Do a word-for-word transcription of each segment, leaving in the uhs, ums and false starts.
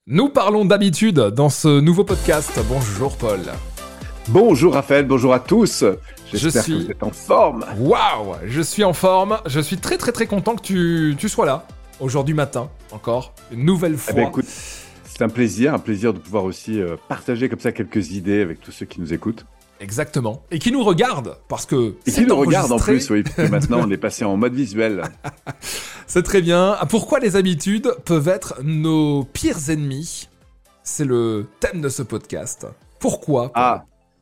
Nous parlons d'habitude dans ce nouveau podcast. Bonjour Paul. Bonjour Raphaël, bonjour à tous. Je J'espère suis... que vous êtes en forme. Waouh, je suis en forme. Je suis très très très content que tu, tu sois là. Aujourd'hui matin, encore, une nouvelle fois. Eh bien, écoute, c'est un plaisir, un plaisir de pouvoir aussi euh, partager comme ça quelques idées avec tous ceux qui nous écoutent. Exactement. Et qui nous regardent, parce que Et c'est qui nous regardent en enregistré. plus, oui, parce que maintenant on est passé en mode visuel. C'est très bien. Pourquoi les habitudes peuvent être nos pires ennemis? C'est le thème de ce podcast. Pourquoi Paul? Ah,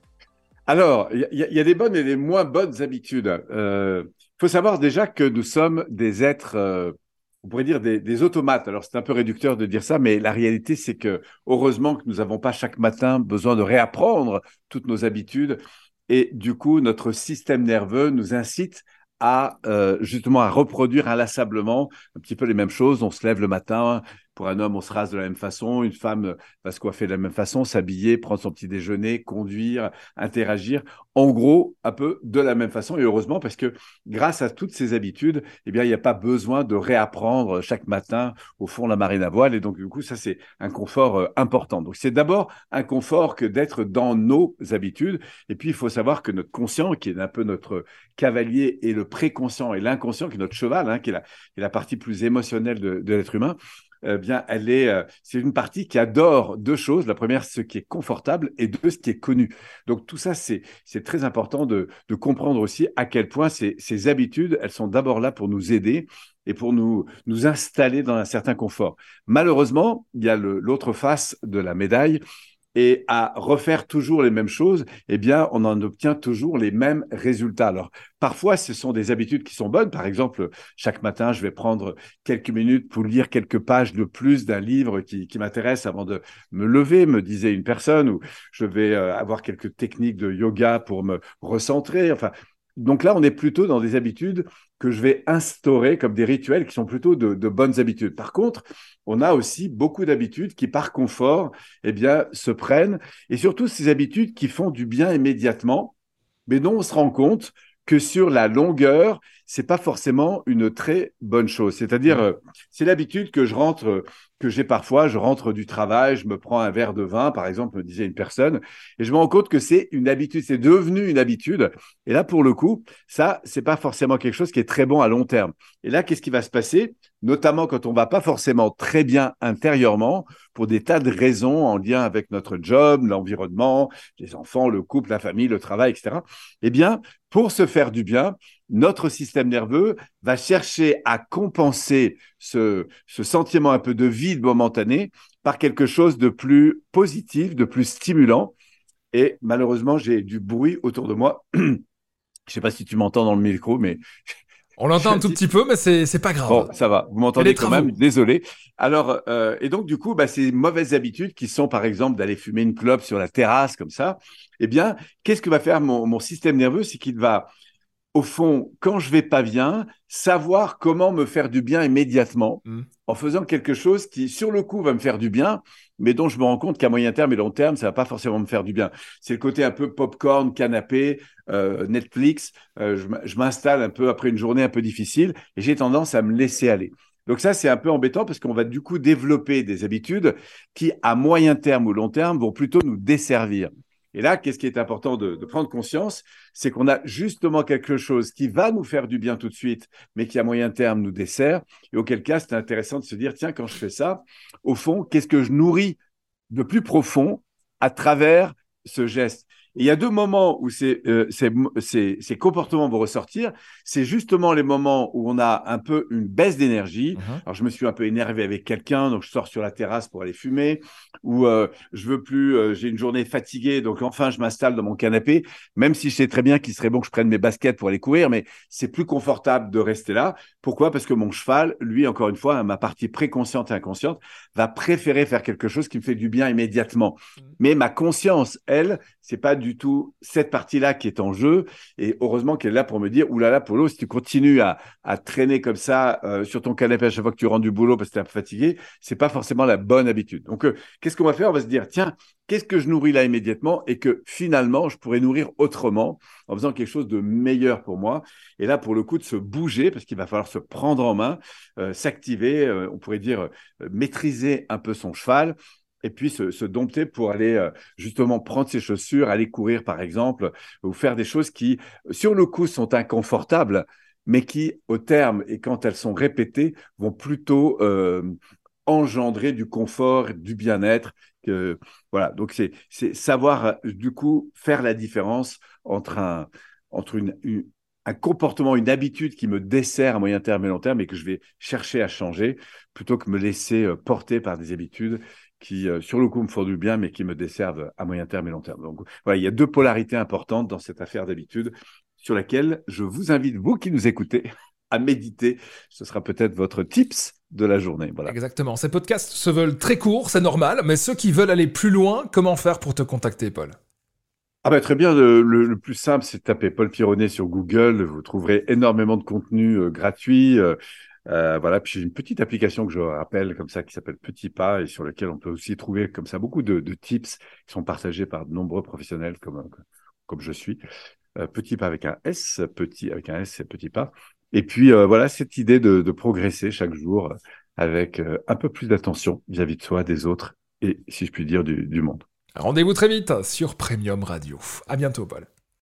alors, il y, y- y a des bonnes et des moins bonnes habitudes. Il euh, faut savoir déjà que nous sommes des êtres, euh, on pourrait dire des, des automates. Alors, c'est un peu réducteur de dire ça, mais la réalité, c'est que heureusement que nous n'avons pas chaque matin besoin de réapprendre toutes nos habitudes. Et du coup, notre système nerveux nous incite à euh, justement à reproduire inlassablement un petit peu les mêmes choses. On se lève le matin. Pour un homme, on se rase de la même façon. Une femme va se coiffer de la même façon, s'habiller, prendre son petit déjeuner, conduire, interagir. En gros, un peu de la même façon. Et heureusement, parce que grâce à toutes ces habitudes, eh bien, il n'y a pas besoin de réapprendre chaque matin, au fond, la marine à voile. Et donc, du coup, ça, c'est un confort euh, important. Donc, c'est d'abord un confort que d'être dans nos habitudes. Et puis, il faut savoir que notre conscient, qui est un peu notre cavalier, et le préconscient et l'inconscient, qui est notre cheval, hein, qui est la, qui est la partie plus émotionnelle de, de l'être humain, eh bien, elle est, euh, c'est une partie qui adore deux choses. La première, ce qui est confortable, et deux, ce qui est connu. Donc, tout ça, c'est, c'est très important de, de comprendre aussi à quel point ces, ces habitudes, elles sont d'abord là pour nous aider et pour nous, nous installer dans un certain confort. Malheureusement, il y a le, l'autre face de la médaille. Et à refaire toujours les mêmes choses, eh bien, on en obtient toujours les mêmes résultats. Alors, parfois, ce sont des habitudes qui sont bonnes. Par exemple, chaque matin, je vais prendre quelques minutes pour lire quelques pages de plus d'un livre qui, qui m'intéresse avant de me lever, me disait une personne, ou je vais euh, avoir quelques techniques de yoga pour me recentrer. Enfin, donc là, on est plutôt dans des habitudes que je vais instaurer comme des rituels qui sont plutôt de, de bonnes habitudes. Par contre, on a aussi beaucoup d'habitudes qui, par confort, eh bien, se prennent, et surtout ces habitudes qui font du bien immédiatement, mais dont on se rend compte que sur la longueur, c'est pas forcément une très bonne chose. C'est-à-dire, euh, c'est l'habitude que je rentre, euh, que j'ai parfois, je rentre du travail, je me prends un verre de vin, par exemple, me disait une personne, et je me rends compte que c'est une habitude, c'est devenu une habitude. Et là, pour le coup, ça, c'est pas forcément quelque chose qui est très bon à long terme. Et là, qu'est-ce qui va se passer? Notamment quand on va pas forcément très bien intérieurement, pour des tas de raisons en lien avec notre job, l'environnement, les enfants, le couple, la famille, le travail, et cetera. Eh bien, pour se faire du bien, notre système nerveux va chercher à compenser ce, ce sentiment un peu de vide momentané par quelque chose de plus positif, de plus stimulant. Et malheureusement, j'ai du bruit autour de moi. Je ne sais pas si tu m'entends dans le micro, mais On l'entend un tout petit peu, mais c'est, c'est pas grave. bon, ça va. Vous C'est m'entendez les quand travaux. même. Désolé. Alors, euh, et donc du coup, bah, ces mauvaises habitudes qui sont, par exemple, d'aller fumer une clope sur la terrasse comme ça, eh bien, qu'est-ce que va faire mon, mon système nerveux? C'est qu'il va, au fond, quand je vais pas bien, savoir comment me faire du bien immédiatement Hmm. en faisant quelque chose qui, sur le coup, va me faire du bien, mais dont je me rends compte qu'à moyen terme et long terme, ça va pas forcément me faire du bien. C'est le côté un peu popcorn, canapé, euh, Netflix. Euh, je, m- je m'installe un peu après une journée un peu difficile et j'ai tendance à me laisser aller. Donc ça, c'est un peu embêtant parce qu'on va du coup développer des habitudes qui, à moyen terme ou long terme, vont plutôt nous desservir. Et là, qu'est-ce qui est important de, de prendre conscience? C'est qu'on a justement quelque chose qui va nous faire du bien tout de suite, mais qui à moyen terme nous dessert. Et auquel cas, c'est intéressant de se dire, tiens, quand je fais ça, au fond, qu'est-ce que je nourris de plus profond à travers ce geste? Et il y a deux moments où ces, euh, ces, ces, ces comportements vont ressortir. C'est justement les moments où on a un peu une baisse d'énergie. Mhm. Alors, je me suis un peu énervé avec quelqu'un, donc je sors sur la terrasse pour aller fumer. Ou euh, je veux plus, euh, j'ai une journée fatiguée, donc enfin, je m'installe dans mon canapé, même si je sais très bien qu'il serait bon que je prenne mes baskets pour aller courir, mais c'est plus confortable de rester là. Pourquoi? Parce que mon cheval, lui, encore une fois, ma partie préconsciente et inconsciente, va préférer faire quelque chose qui me fait du bien immédiatement. Mais ma conscience, elle, c'est pas du tout cette partie-là qui est en jeu. Et heureusement qu'elle est là pour me dire, oulala, Polo, si tu continues à, à traîner comme ça euh, sur ton canapé à chaque fois que tu rentres du boulot parce que tu es un peu fatigué, c'est pas forcément la bonne habitude. Donc, euh, qu'est-ce qu'on va faire? On va se dire, tiens, qu'est-ce que je nourris là immédiatement et que finalement, je pourrais nourrir autrement en faisant quelque chose de meilleur pour moi. Et là, pour le coup, de se bouger parce qu'il va falloir se prendre en main, euh, s'activer, euh, on pourrait dire euh, maîtriser un peu son cheval et puis se, se dompter pour aller euh, justement prendre ses chaussures, aller courir par exemple, ou faire des choses qui, sur le coup, sont inconfortables, mais qui, au terme et quand elles sont répétées, vont plutôt euh, engendrer du confort, du bien-être. Que, voilà, donc c'est, c'est savoir du coup faire la différence entre un, entre une, une un comportement, une habitude qui me dessert à moyen terme et long terme et que je vais chercher à changer plutôt que me laisser euh, porter par des habitudes qui, euh, sur le coup, me font du bien mais qui me desservent à moyen terme et long terme. Donc, voilà, il y a deux polarités importantes dans cette affaire d'habitude sur laquelle je vous invite, vous qui nous écoutez, à méditer. Ce sera peut-être votre tips de la journée. Voilà. Exactement. Ces podcasts se veulent très courts, c'est normal, mais ceux qui veulent aller plus loin, comment faire pour te contacter, Paul? Ah bah très bien, le, le, le plus simple, c'est de taper Paul Pironnet sur Google. Vous trouverez énormément de contenu euh, gratuit. Euh, euh, voilà, puis j'ai une petite application que je rappelle comme ça qui s'appelle Petit Pas et sur laquelle on peut aussi trouver comme ça beaucoup de, de tips qui sont partagés par de nombreux professionnels comme, comme je suis. Euh, Petit Pas avec un S, Petit avec un S, c'est Petit Pas. Et puis euh, voilà, cette idée de, de progresser chaque jour euh, avec euh, un peu plus d'attention vis-à-vis de soi, des autres et, si je puis dire, du, du monde. Rendez-vous très vite sur Premium Radio. À bientôt, Paul.